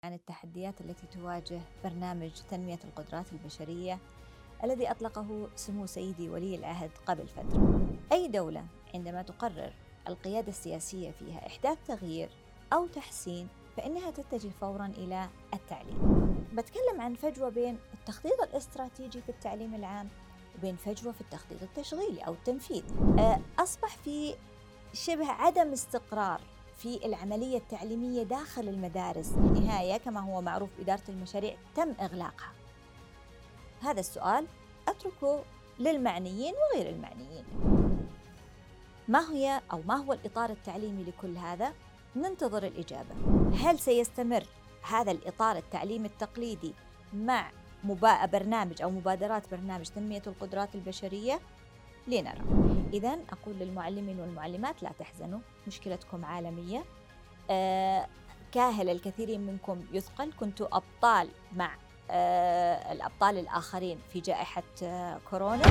عن التحديات التي تواجه برنامج تنمية القدرات البشرية الذي أطلقه سمو سيدي ولي العهد قبل فترة. أي دولة عندما تقرر القيادة السياسية فيها إحداث تغيير أو تحسين فإنها تتجه فوراً إلى التعليم. بتكلم عن فجوة بين التخطيط الاستراتيجي في التعليم العام وبين فجوة في التخطيط التشغيلي أو التنفيذ. أصبح في شبه عدم استقرار في العملية التعليمية داخل المدارس. في النهاية كما هو معروف إدارة المشاريع تم إغلاقها. هذا السؤال أتركه للمعنيين وغير المعنيين. ما هو الإطار التعليمي لكل هذا؟ ننتظر الإجابة. هل سيستمر هذا الإطار التعليمي التقليدي مع برنامج أو مبادرات برنامج تنمية القدرات البشرية؟ لنرى. إذن أقول للمعلمين والمعلمات لا تحزنوا، مشكلتكم عالمية. كاهل الكثيرين منكم يثقل، كنتوا أبطال مع الأبطال الآخرين في جائحة كورونا.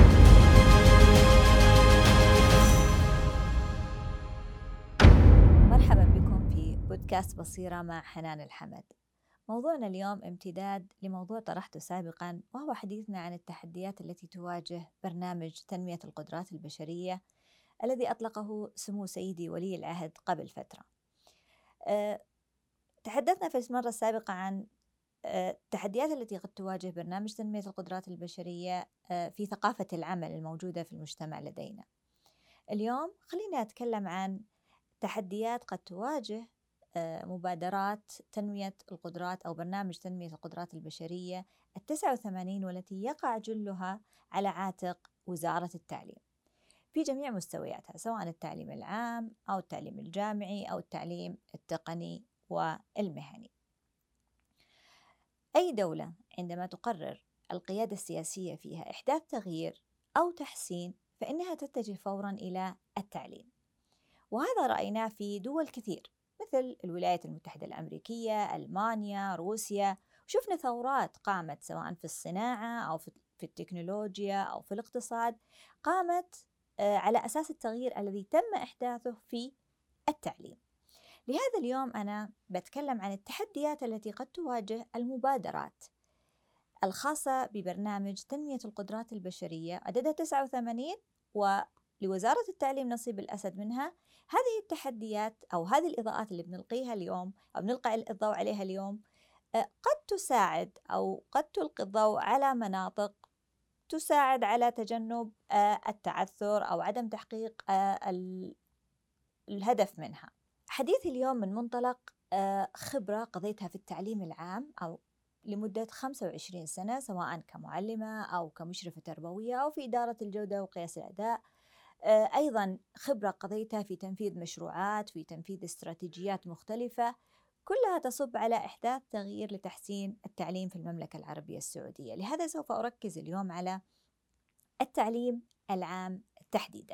مرحبا بكم في بودكاست بصيرة مع حنان الحمد. موضوعنا اليوم امتداد لموضوع طرحته سابقاً، وهو حديثنا عن التحديات التي تواجه برنامج تنمية القدرات البشرية الذي أطلقه سمو سيدي ولي العهد قبل فترة. تحدثنا في المرة السابقة عن التحديات التي قد تواجه برنامج تنمية القدرات البشرية في ثقافة العمل الموجودة في المجتمع لدينا. اليوم خلينا أتكلم عن تحديات قد تواجه مبادرات تنمية القدرات أو برنامج تنمية القدرات البشرية 89 والتي يقع جلها على عاتق وزارة التعليم في جميع مستوياتها، سواء التعليم العام أو التعليم الجامعي أو التعليم التقني والمهني. أي دولة عندما تقرر القيادة السياسية فيها إحداث تغيير أو تحسين فإنها تتجه فوراً إلى التعليم، وهذا رأيناه في دول كثير مثل الولايات المتحدة الأمريكية، ألمانيا، روسيا. وشفنا ثورات قامت سواء في الصناعة أو في التكنولوجيا أو في الاقتصاد، قامت على أساس التغيير الذي تم إحداثه في التعليم. لهذا اليوم أنا بتكلم عن التحديات التي قد تواجه المبادرات الخاصة ببرنامج تنمية القدرات البشرية عددها 89 ولوزارة التعليم نصيب الأسد منها. هذه التحديات أو هذه الإضاءات اللي بنلقيها اليوم أو بنلقي الضوء عليها اليوم قد تساعد أو قد تلقي الضوء على مناطق تساعد على تجنب التعثر أو عدم تحقيق الهدف منها. حديثي اليوم من منطلق خبرة قضيتها في التعليم العام أو لمدة 25 سنة، سواء كمعلمة أو كمشرفة تربوية أو في إدارة الجودة وقياس الأداء. أيضاً خبرة قضيتها في تنفيذ مشروعات، في تنفيذ استراتيجيات مختلفة، كلها تصب على إحداث تغيير لتحسين التعليم في المملكة العربية السعودية. لهذا سوف أركز اليوم على التعليم العام تحديداً.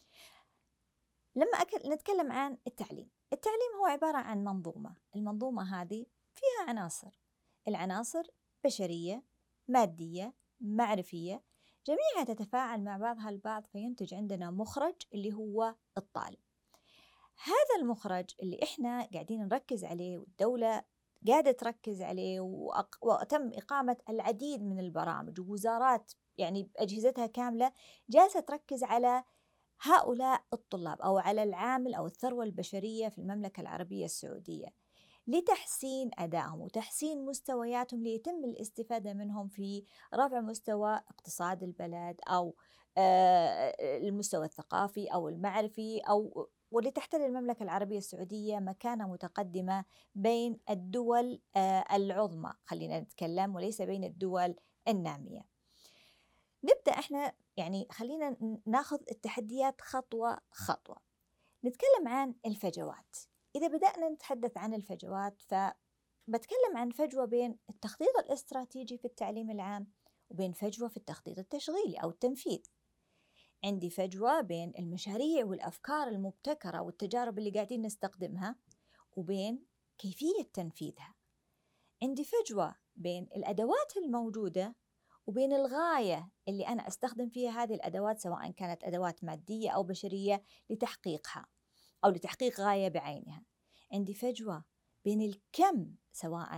لما نتكلم عن التعليم هو عبارة عن منظومة. المنظومة هذه فيها العناصر بشرية، مادية، معرفية، جميعها تتفاعل مع بعضها البعض فينتج عندنا مخرج اللي هو الطالب. هذا المخرج اللي إحنا قاعدين نركز عليه والدولة قاعدة تركز عليه، وتم إقامة العديد من البرامج ووزارات يعني بأجهزتها كاملة جالسة تركز على هؤلاء الطلاب أو على العامل أو الثروة البشرية في المملكة العربية السعودية لتحسين أدائهم وتحسين مستوياتهم ليتم الاستفادة منهم في رفع مستوى اقتصاد البلد أو المستوى الثقافي أو المعرفي ولتحتل المملكة العربية السعودية مكانة متقدمة بين الدول العظمى، خلينا نتكلم، وليس بين الدول النامية. نبدأ إحنا يعني خلينا ناخذ التحديات خطوة خطوة. نتكلم عن الفجوات. إذا بدأنا نتحدث عن الفجوات فبتكلم عن فجوة بين التخطيط الاستراتيجي في التعليم العام وبين فجوة في التخطيط التشغيلي أو التنفيذ. عندي فجوة بين المشاريع والأفكار المبتكرة والتجارب اللي قاعدين نستخدمها وبين كيفية تنفيذها. عندي فجوة بين الأدوات الموجودة وبين الغاية اللي أنا أستخدم فيها هذه الأدوات، سواء كانت أدوات مادية أو بشرية لتحقيقها أو لتحقيق غاية بعينها. عندي فجوة بين الكم، سواء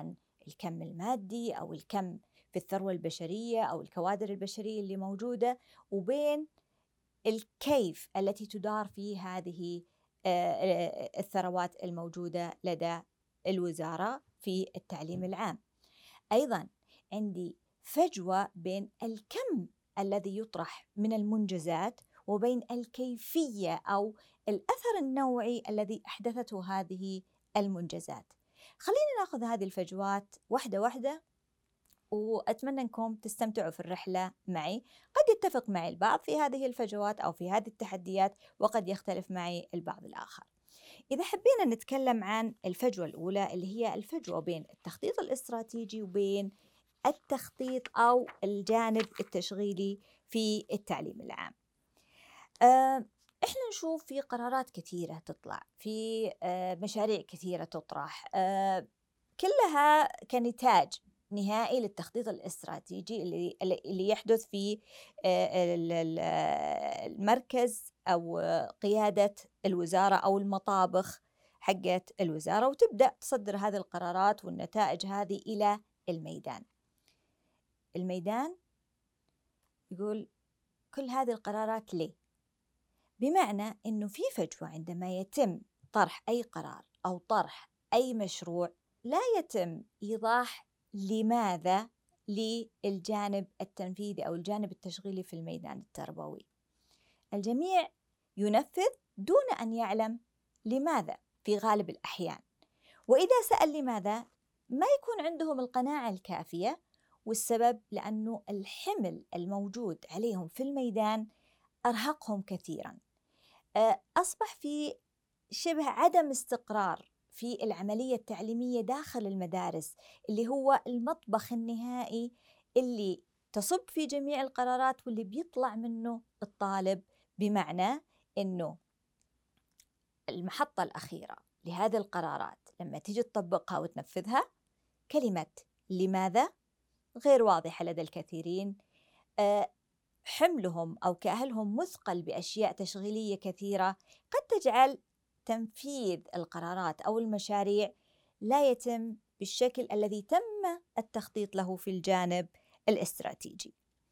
الكم المادي أو الكم في الثروة البشرية أو الكوادر البشرية اللي موجودة، وبين الكيف التي تدار فيه هذه الثروات الموجودة لدى الوزارة في التعليم العام. أيضاً عندي فجوة بين الكم الذي يطرح من المنجزات وبين الكيفية أو الأثر النوعي الذي أحدثته هذه المنجزات. خلينا ناخذ هذه الفجوات واحدة واحدة، وأتمنى أنكم تستمتعوا في الرحلة معي. قد يتفق معي البعض في هذه الفجوات أو في هذه التحديات، وقد يختلف معي البعض الآخر. إذا حبينا نتكلم عن الفجوة الأولى اللي هي الفجوة بين التخطيط الاستراتيجي وبين التخطيط أو الجانب التشغيلي في التعليم العام. إحنا نشوف في قرارات كثيرة تطلع، في مشاريع كثيرة تطرح، كلها كنتاج نهائي للتخطيط الاستراتيجي اللي يحدث في المركز أو قيادة الوزارة أو المطابخ حقت الوزارة، وتبدأ تصدر هذه القرارات والنتائج هذه إلى الميدان. الميدان يقول كل هذه القرارات ليه؟ بمعنى أنه في فجوة عندما يتم طرح أي قرار أو طرح أي مشروع، لا يتم إيضاح لماذا للجانب التنفيذي أو الجانب التشغيلي في الميدان التربوي. الجميع ينفذ دون أن يعلم لماذا في غالب الأحيان، وإذا سأل لماذا ما يكون عندهم القناعة الكافية، والسبب لأنه الحمل الموجود عليهم في الميدان أرهقهم كثيراً. أصبح في شبه عدم استقرار في العملية التعليمية داخل المدارس، اللي هو المطبخ النهائي اللي تصب في جميع القرارات واللي بيطلع منه الطالب. بمعنى أنه المحطة الأخيرة لهذه القرارات لما تيجي تطبقها وتنفذها، كلمة لماذا غير واضحة لدى الكثيرين. حملهم أو كأهلهم مثقل بأشياء تشغيلية كثيرة قد تجعل تنفيذ القرارات أو المشاريع لا يتم بالشكل الذي تم التخطيط له في الجانب الاستراتيجي.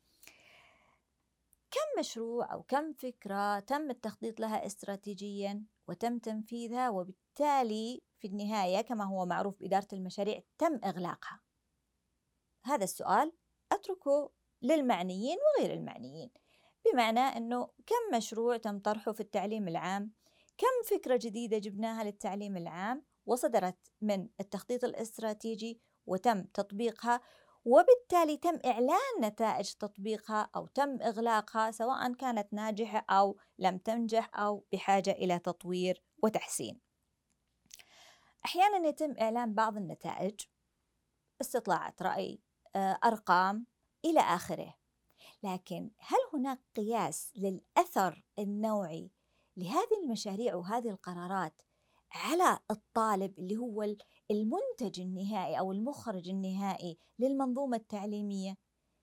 كم مشروع أو كم فكرة تم التخطيط لها استراتيجياً وتم تنفيذها، وبالتالي في النهاية كما هو معروف بإدارة المشاريع تم إغلاقها؟ هذا السؤال أتركه للمعنيين وغير المعنيين. بمعنى أنه كم مشروع تم طرحه في التعليم العام، كم فكرة جديدة جبناها للتعليم العام وصدرت من التخطيط الاستراتيجي وتم تطبيقها، وبالتالي تم إعلان نتائج تطبيقها أو تم إغلاقها، سواء كانت ناجحة أو لم تنجح أو بحاجة إلى تطوير وتحسين. أحياناً يتم إعلان بعض النتائج، استطلاعات رأي، أرقام إلى آخره، لكن هل هناك قياس للأثر النوعي لهذه المشاريع وهذه القرارات على الطالب اللي هو المنتج النهائي أو المخرج النهائي للمنظومة التعليمية؟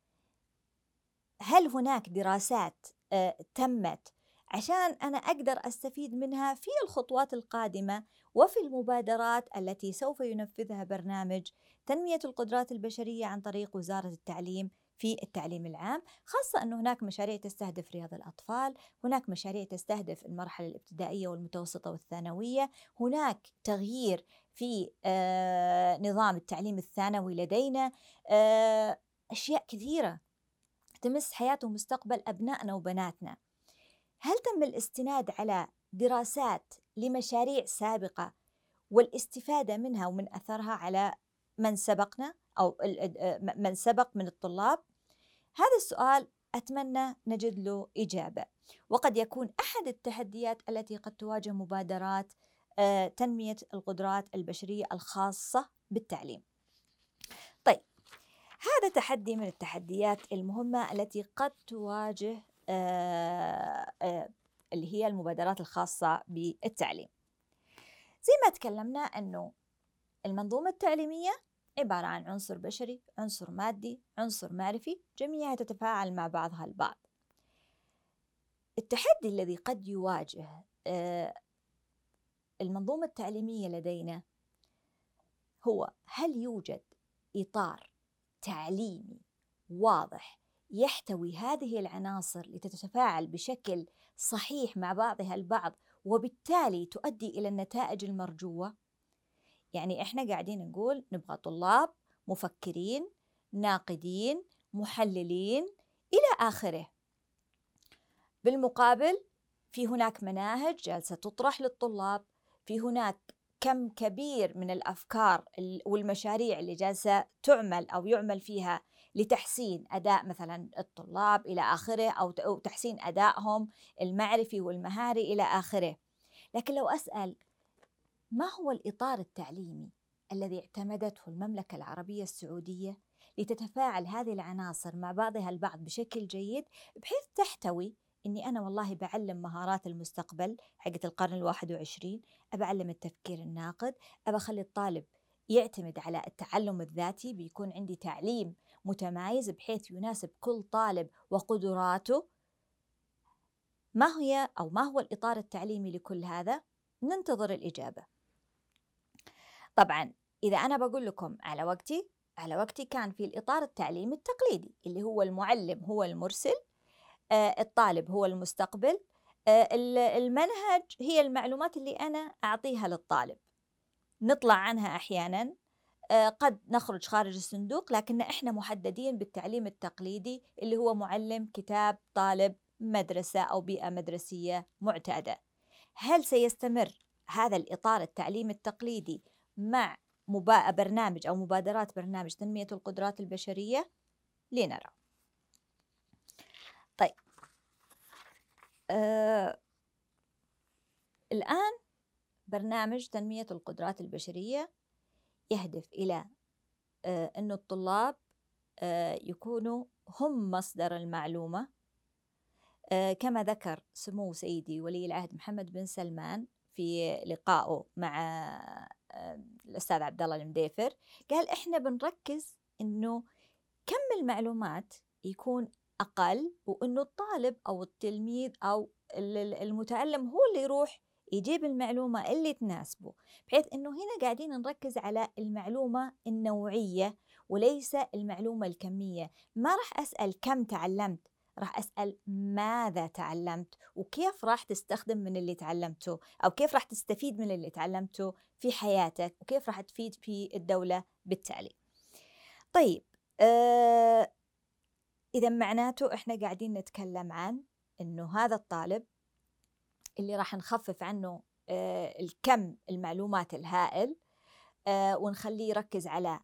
هل هناك دراسات تمت عشان أنا أقدر أستفيد منها في الخطوات القادمة وفي المبادرات التي سوف ينفذها برنامج تنمية القدرات البشرية عن طريق وزارة التعليم في التعليم العام؟ خاصة أنه هناك مشاريع تستهدف رياض الأطفال، هناك مشاريع تستهدف المرحلة الابتدائية والمتوسطة والثانوية، هناك تغيير في نظام التعليم الثانوي لدينا، أشياء كثيرة تمس حياة ومستقبل أبنائنا وبناتنا. هل تم الاستناد على دراسات لمشاريع سابقة والاستفادة منها ومن أثرها على من سبقنا أو من سبق من الطلاب؟ هذا السؤال أتمنى نجد له إجابة، وقد يكون أحد التحديات التي قد تواجه مبادرات تنمية القدرات البشرية الخاصة بالتعليم. طيب، هذا تحدي من التحديات المهمة التي قد تواجه اللي هي المبادرات الخاصة بالتعليم. زي ما تكلمنا أنه المنظومة التعليمية عبارة عن عنصر بشري، عنصر مادي، عنصر معرفي، جميعها تتفاعل مع بعضها البعض. التحدي الذي قد يواجه المنظومة التعليمية لدينا هو هل يوجد إطار تعليمي واضح يحتوي هذه العناصر لتتفاعل بشكل صحيح مع بعضها البعض وبالتالي تؤدي إلى النتائج المرجوة. يعني إحنا قاعدين نقول نبغى طلاب مفكرين، ناقدين، محللين، إلى آخره. بالمقابل في هناك مناهج جالسة تطرح للطلاب، في هناك كم كبير من الأفكار والمشاريع اللي جالسة تعمل أو يعمل فيها لتحسين أداء مثلا الطلاب إلى آخره، أو تحسين أدائهم المعرفي والمهاري إلى آخره. لكن لو أسأل ما هو الإطار التعليمي الذي اعتمدته المملكة العربية السعودية لتتفاعل هذه العناصر مع بعضها البعض بشكل جيد بحيث تحتوي إني أنا والله بعلم مهارات المستقبل حقة القرن 21، أبعلم التفكير الناقد، أخلي الطالب يعتمد على التعلم الذاتي، بيكون عندي تعليم متمايز بحيث يناسب كل طالب وقدراته. ما هو الإطار التعليمي لكل هذا؟ ننتظر الإجابة. طبعاً إذا أنا بقول لكم على وقتي كان في الإطار التعليمي التقليدي اللي هو المعلم هو المرسل، الطالب هو المستقبل، المنهج هي المعلومات اللي أنا أعطيها للطالب، نطلع عنها أحياناً، قد نخرج خارج الصندوق، لكن إحنا محددين بالتعليم التقليدي اللي هو معلم، كتاب، طالب، مدرسة أو بيئة مدرسية معتادة. هل سيستمر هذا الإطار التعليمي التقليدي مع برنامج أو مبادرات برنامج تنمية القدرات البشرية؟ لنرى. طيب، الآن برنامج تنمية القدرات البشرية يهدف إلى أن الطلاب يكونوا هم مصدر المعلومة، كما ذكر سمو سيدي ولي العهد محمد بن سلمان في لقائه مع الأستاذ عبد الله المديفر، قال إحنا بنركز إنه كم المعلومات يكون أقل، وإنه الطالب أو التلميذ أو المتعلم هو اللي يروح يجيب المعلومة اللي تناسبه، بحيث إنه هنا قاعدين نركز على المعلومة النوعية وليس المعلومة الكمية. ما راح أسأل كم تعلمت، راح أسأل ماذا تعلمت وكيف راح تستخدم من اللي تعلمته، أو كيف راح تستفيد من اللي تعلمته في حياتك، وكيف راح تفيد في الدولة بالتالي. طيب، إذا معناته إحنا قاعدين نتكلم عن إنه هذا الطالب اللي راح نخفف عنه الكم المعلومات الهائل، ونخليه يركز على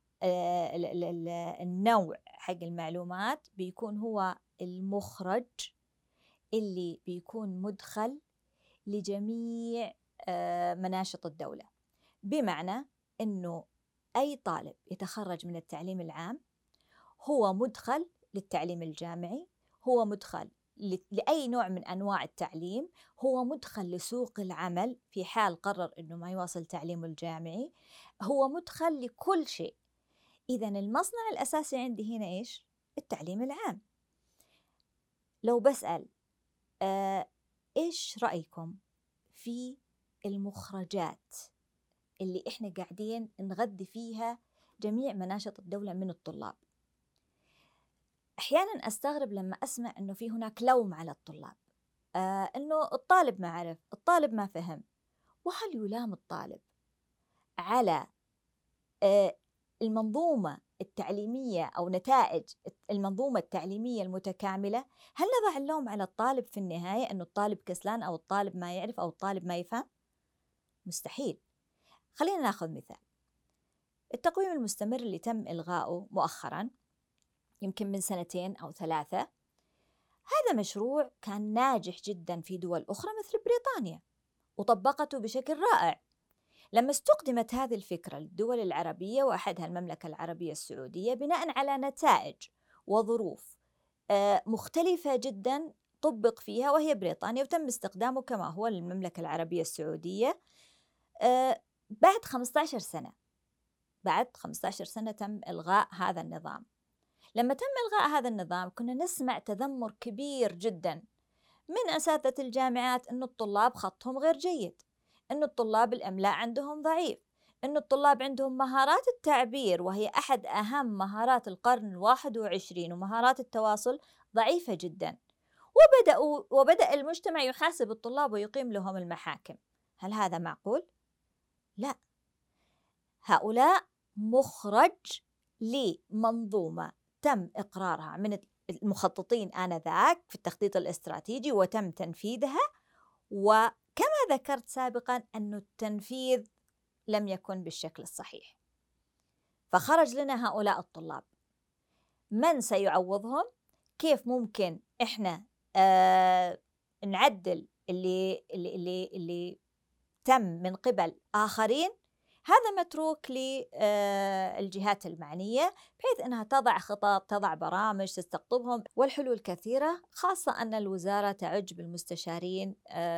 النوع حق المعلومات، بيكون هو المخرج اللي بيكون مدخل لجميع مناشط الدولة. بمعنى إنه أي طالب يتخرج من التعليم العام هو مدخل للتعليم الجامعي، هو مدخل لأي نوع من أنواع التعليم، هو مدخل لسوق العمل في حال قرر إنه ما يواصل تعليمه الجامعي، هو مدخل لكل شيء. إذن المصنع الأساسي عندي هنا إيش؟ التعليم العام. لو بسأل إيش رأيكم في المخرجات اللي إحنا قاعدين نغذي فيها جميع مناشط الدولة من الطلاب؟ أحياناً أستغرب لما أسمع أنه في هناك لوم على الطلاب، أنه الطالب ما عرف، الطالب ما فهم. وهل يلام الطالب على المنظومة التعليمية أو نتائج المنظومة التعليمية المتكاملة؟ هل نضع اللوم على الطالب في النهاية أنه الطالب كسلان أو الطالب ما يعرف أو الطالب ما يفهم؟ مستحيل. خلينا ناخذ مثال. التقويم المستمر اللي تم إلغاؤه مؤخراً، يمكن من 2 أو 3، هذا مشروع كان ناجح جدا في دول أخرى مثل بريطانيا وطبقته بشكل رائع. لما استخدمت هذه الفكرة للدول العربية وأحدها المملكة العربية السعودية بناء على نتائج وظروف مختلفة جدا طبق فيها، وهي بريطانيا، وتم استخدامه كما هو للمملكة العربية السعودية. بعد 15 سنة تم إلغاء هذا النظام. لما تم إلغاء هذا النظام كنا نسمع تذمر كبير جدا من أساتذة الجامعات أن الطلاب خطهم غير جيد، أن الطلاب الإملاء عندهم ضعيف، أن الطلاب عندهم مهارات التعبير وهي أحد أهم مهارات القرن 21، ومهارات التواصل ضعيفة جدا، وبدأ المجتمع يحاسب الطلاب ويقيم لهم المحاكم. هل هذا معقول؟ لا. هؤلاء مخرج لمنظومة تم إقرارها من المخططين آنذاك في التخطيط الاستراتيجي وتم تنفيذها، وكما ذكرت سابقا أن التنفيذ لم يكن بالشكل الصحيح، فخرج لنا هؤلاء الطلاب. من سيعوضهم؟ كيف ممكن إحنا نعدل اللي تم من قبل آخرين؟ هذا متروك للجهات المعنية بحيث أنها تضع خطط، تضع برامج تستقطبهم، والحلول كثيرة، خاصة أن الوزارة تعج بالمستشارين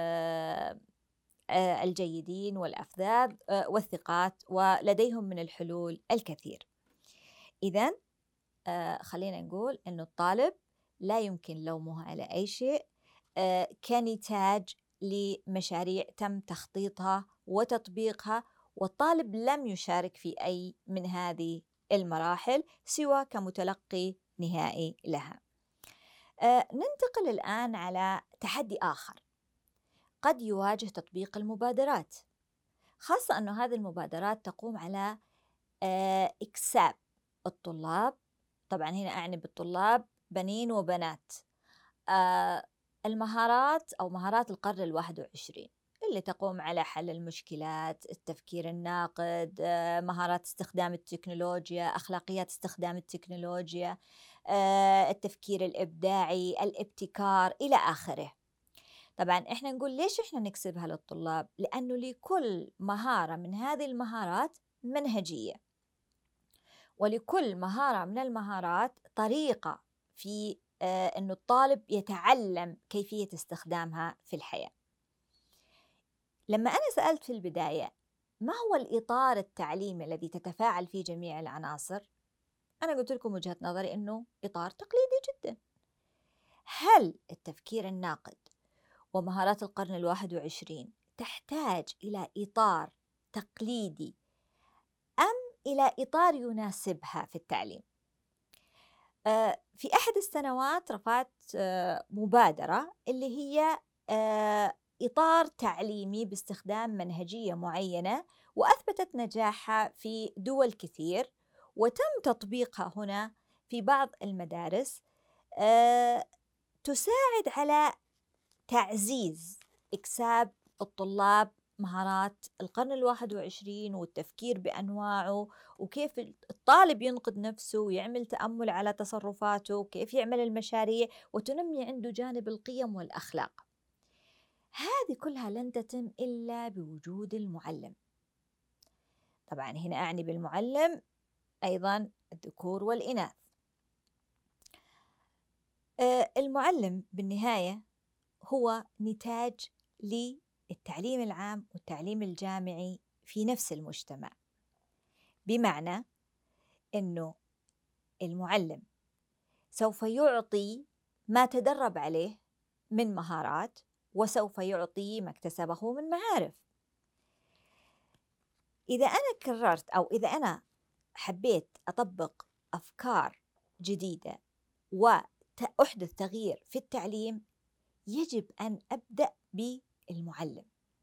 الجيدين والأفذاذ والثقات، ولديهم من الحلول الكثير. إذن خلينا نقول أن الطالب لا يمكن لومه على أي شيء كنتاج لمشاريع تم تخطيطها وتطبيقها، والطالب لم يشارك في أي من هذه المراحل سوى كمتلقي نهائي لها. ننتقل الآن على تحدي آخر قد يواجه تطبيق المبادرات، خاصة أن هذه المبادرات تقوم على إكساب الطلاب، طبعا هنا أعني بالطلاب بنين وبنات، المهارات أو مهارات القرن 21 اللي تقوم على حل المشكلات، التفكير الناقد، مهارات استخدام التكنولوجيا، أخلاقيات استخدام التكنولوجيا، التفكير الإبداعي، الابتكار إلى آخره. طبعاً إحنا نقول ليش إحنا نكسبها للطلاب؟ لأنه لكل مهارة من هذه المهارات منهجية، ولكل مهارة من المهارات طريقة في أنه الطالب يتعلم كيفية استخدامها في الحياة. لما أنا سألت في البداية ما هو الإطار التعليمي الذي تتفاعل فيه جميع العناصر؟ أنا قلت لكم وجهة نظري أنه إطار تقليدي جدا. هل التفكير الناقد ومهارات القرن 21 تحتاج إلى إطار تقليدي أم إلى إطار يناسبها في التعليم؟ في أحد السنوات رفعت مبادرة اللي هي إطار تعليمي باستخدام منهجية معينة، وأثبتت نجاحها في دول كثير، وتم تطبيقها هنا في بعض المدارس، تساعد على تعزيز إكساب الطلاب مهارات القرن 21 والتفكير بأنواعه، وكيف الطالب ينقد نفسه ويعمل تأمل على تصرفاته، وكيف يعمل المشاريع، وتنمي عنده جانب القيم والأخلاق. هذه كلها لن تتم إلا بوجود المعلم. طبعا هنا أعني بالمعلم أيضا الذكور والإناث. المعلم بالنهاية هو نتاج للتعليم العام والتعليم الجامعي في نفس المجتمع، بمعنى أنه المعلم سوف يعطي ما تدرب عليه من مهارات، وسوف يعطي ما اكتسبه من معارف. إذا أنا كررت أو إذا أنا حبيت أطبق أفكار جديدة وأحدث تغيير في التعليم، يجب أن أبدأ بالمعلم.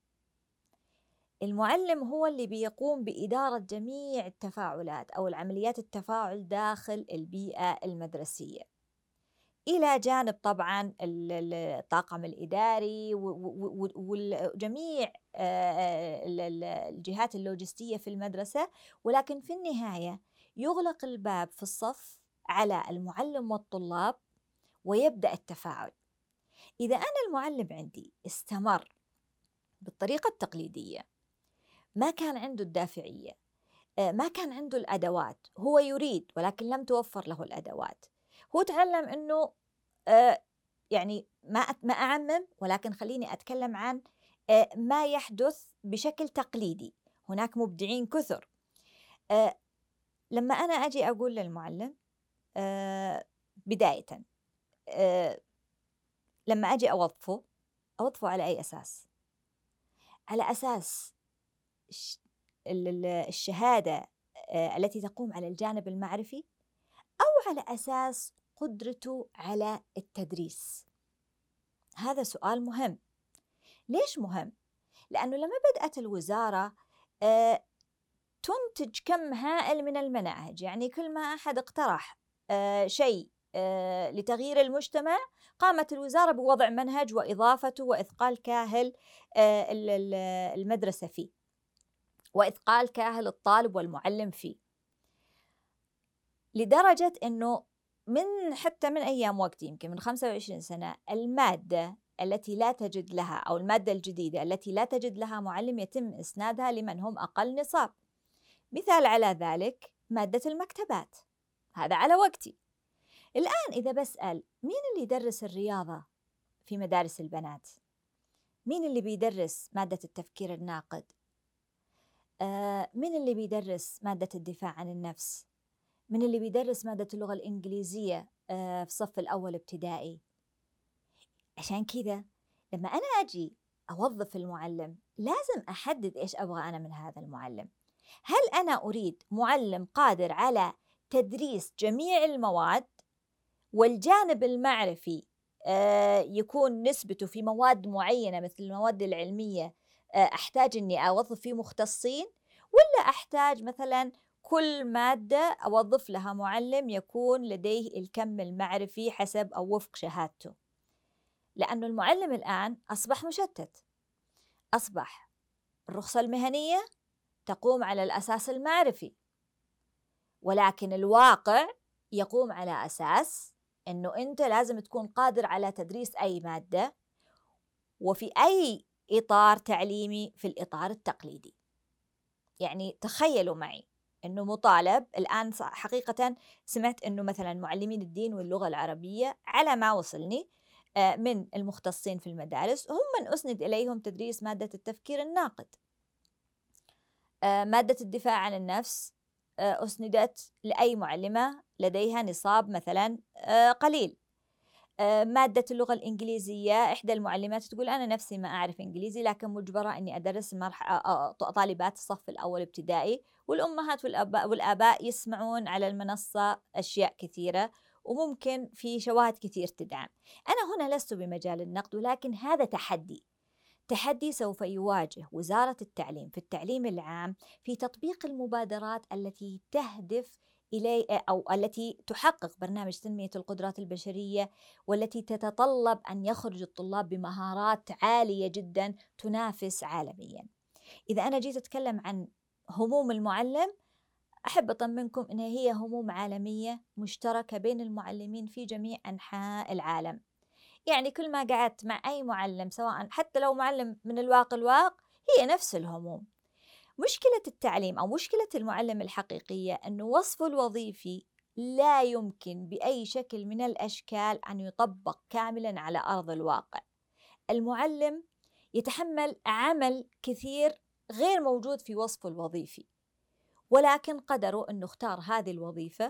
المعلم هو اللي بيقوم بإدارة جميع التفاعلات أو العمليات التفاعل داخل البيئة المدرسية، إلى جانب طبعاً الطاقم الإداري وجميع الجهات اللوجستية في المدرسة. ولكن في النهاية يغلق الباب في الصف على المعلم والطلاب ويبدأ التفاعل. إذا أنا المعلم عندي استمر بالطريقة التقليدية، ما كان عنده الدافعية، ما كان عنده الأدوات، هو يريد ولكن لم توفر له الأدوات، هو تعلم أنه يعني ما أعمم، ولكن خليني أتكلم عن ما يحدث بشكل تقليدي. هناك مبدعين كثر. لما أنا أجي أقول للمعلم بداية، لما أجي أوظفه على أي أساس؟ على أساس الشهادة التي تقوم على الجانب المعرفي، أو على أساس قدرته على التدريس؟ هذا سؤال مهم. ليش مهم؟ لأنه لما بدأت الوزارة آه، تنتج كم هائل من المناهج، يعني كل ما أحد اقترح شيء لتغيير المجتمع، قامت الوزارة بوضع منهج وإضافته وإثقال كاهل المدرسة فيه، وإثقال كاهل الطالب والمعلم فيه، لدرجة أنه حتى من أيام وقت يمكن من 25 سنة المادة التي لا تجد لها، أو المادة الجديدة التي لا تجد لها معلم، يتم إسنادها لمن هم أقل نصاب. مثال على ذلك مادة المكتبات، هذا على وقتي. الآن إذا بسأل مين اللي يدرس الرياضة في مدارس البنات؟ مين اللي بيدرس مادة التفكير الناقد؟ مين اللي بيدرس مادة الدفاع عن النفس؟ من اللي بيدرس مادة اللغة الإنجليزية في الصف الأول ابتدائي؟ عشان كذا لما أنا أجي أوظف المعلم لازم أحدد إيش أبغى أنا من هذا المعلم. هل أنا أريد معلم قادر على تدريس جميع المواد، والجانب المعرفي يكون نسبته في مواد معينة مثل المواد العلمية أحتاج أني أوظف فيه مختصين، ولا أحتاج مثلا كل مادة أوظف لها معلم يكون لديه الكم المعرفي حسب أو وفق شهادته؟ لأنه المعلم الآن أصبح مشتت، أصبح الرخصة المهنية تقوم على الأساس المعرفي، ولكن الواقع يقوم على أساس أنه أنت لازم تكون قادر على تدريس أي مادة وفي أي إطار تعليمي في الإطار التقليدي. يعني تخيلوا معي أنه مطالب الآن، حقيقة سمعت أنه مثلا معلمين الدين واللغة العربية على ما وصلني من المختصين في المدارس هم من أسند إليهم تدريس مادة التفكير الناقد. مادة الدفاع عن النفس أسندت لأي معلمة لديها نصاب مثلا قليل. مادة اللغة الإنجليزية إحدى المعلمات تقول أنا نفسي ما أعرف إنجليزي لكن مجبرة أني أدرس طالبات الصف الأول ابتدائي، والأمهات والآباء يسمعون على المنصة أشياء كثيرة وممكن في شواهد كثير تدعم. أنا هنا لست بمجال النقد، ولكن هذا تحدي سوف يواجه وزارة التعليم في التعليم العام في تطبيق المبادرات التي تهدف إليه أو التي تحقق برنامج تنمية القدرات البشرية، والتي تتطلب أن يخرج الطلاب بمهارات عالية جدا تنافس عالميا. إذا أنا جيت أتكلم عن هموم المعلم، أحب أطمنكم أنها هي هموم عالمية مشتركة بين المعلمين في جميع أنحاء العالم. يعني كل ما قعدت مع أي معلم سواء حتى لو معلم من الواق هي نفس الهموم. مشكلة التعليم أو مشكلة المعلم الحقيقية أنه وصفه الوظيفي لا يمكن بأي شكل من الأشكال أن يطبق كاملاً على أرض الواقع. المعلم يتحمل عمل كثير غير موجود في وصفه الوظيفي، ولكن قدروا أنه اختار هذه الوظيفة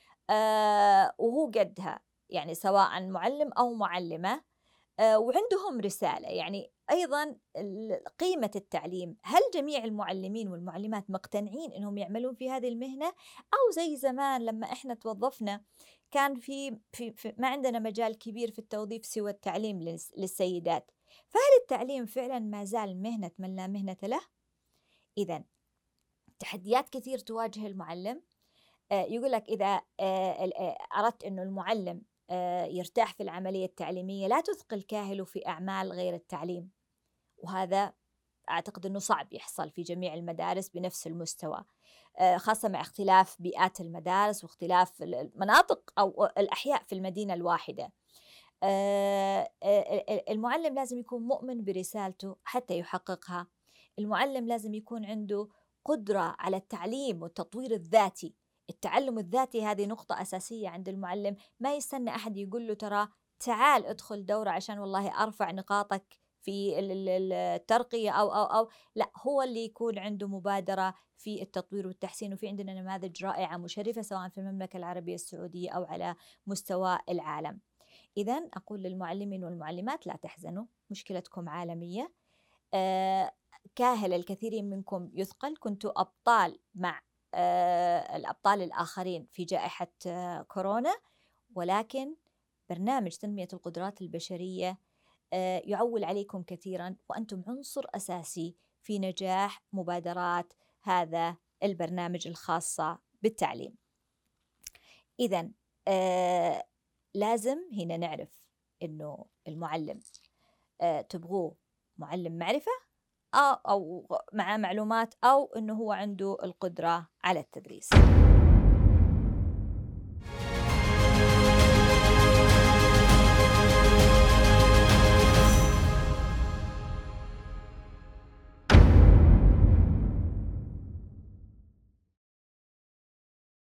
وهو قدها، يعني سواء معلم أو معلمة وعندهم رسالة. يعني أيضاً قيمة التعليم، هل جميع المعلمين والمعلمات مقتنعين أنهم يعملون في هذه المهنة، أو زي زمان لما إحنا توظفنا كان في ما عندنا مجال كبير في التوظيف سوى التعليم للسيدات؟ فهل التعليم فعلاً ما زال مهنة من لا مهنة له؟ إذن تحديات كثير تواجه المعلم. يقول لك إذا أردت أنه المعلم يرتاح في العملية التعليمية لا تثقل كاهله في أعمال غير التعليم، وهذا أعتقد أنه صعب يحصل في جميع المدارس بنفس المستوى، خاصة مع اختلاف بيئات المدارس واختلاف المناطق أو الأحياء في المدينة الواحدة. المعلم لازم يكون مؤمن برسالته حتى يحققها. المعلم لازم يكون عنده قدرة على التعليم والتطوير الذاتي. التعلم الذاتي هذه نقطة أساسية عند المعلم، ما يستنى أحد يقول له ترى تعال ادخل دورة عشان والله أرفع نقاطك في الترقية أو لا، هو اللي يكون عنده مبادرة في التطوير والتحسين. وفي عندنا نماذج رائعة مشرفة سواء في المملكة العربية السعودية أو على مستوى العالم. إذن أقول للمعلمين والمعلمات لا تحزنوا، مشكلتكم عالمية. آه، كاهل الكثيرين منكم يثقل، كنتوا أبطال مع الأبطال الآخرين في جائحة كورونا، ولكن برنامج تنمية القدرات البشرية يعول عليكم كثيرا، وأنتم عنصر أساسي في نجاح مبادرات هذا البرنامج الخاصة بالتعليم. إذن لازم هنا نعرف إنه المعلم تبغوه معلم معرفة أو مع معلومات، أو إنه هو عنده القدرة على التدريس.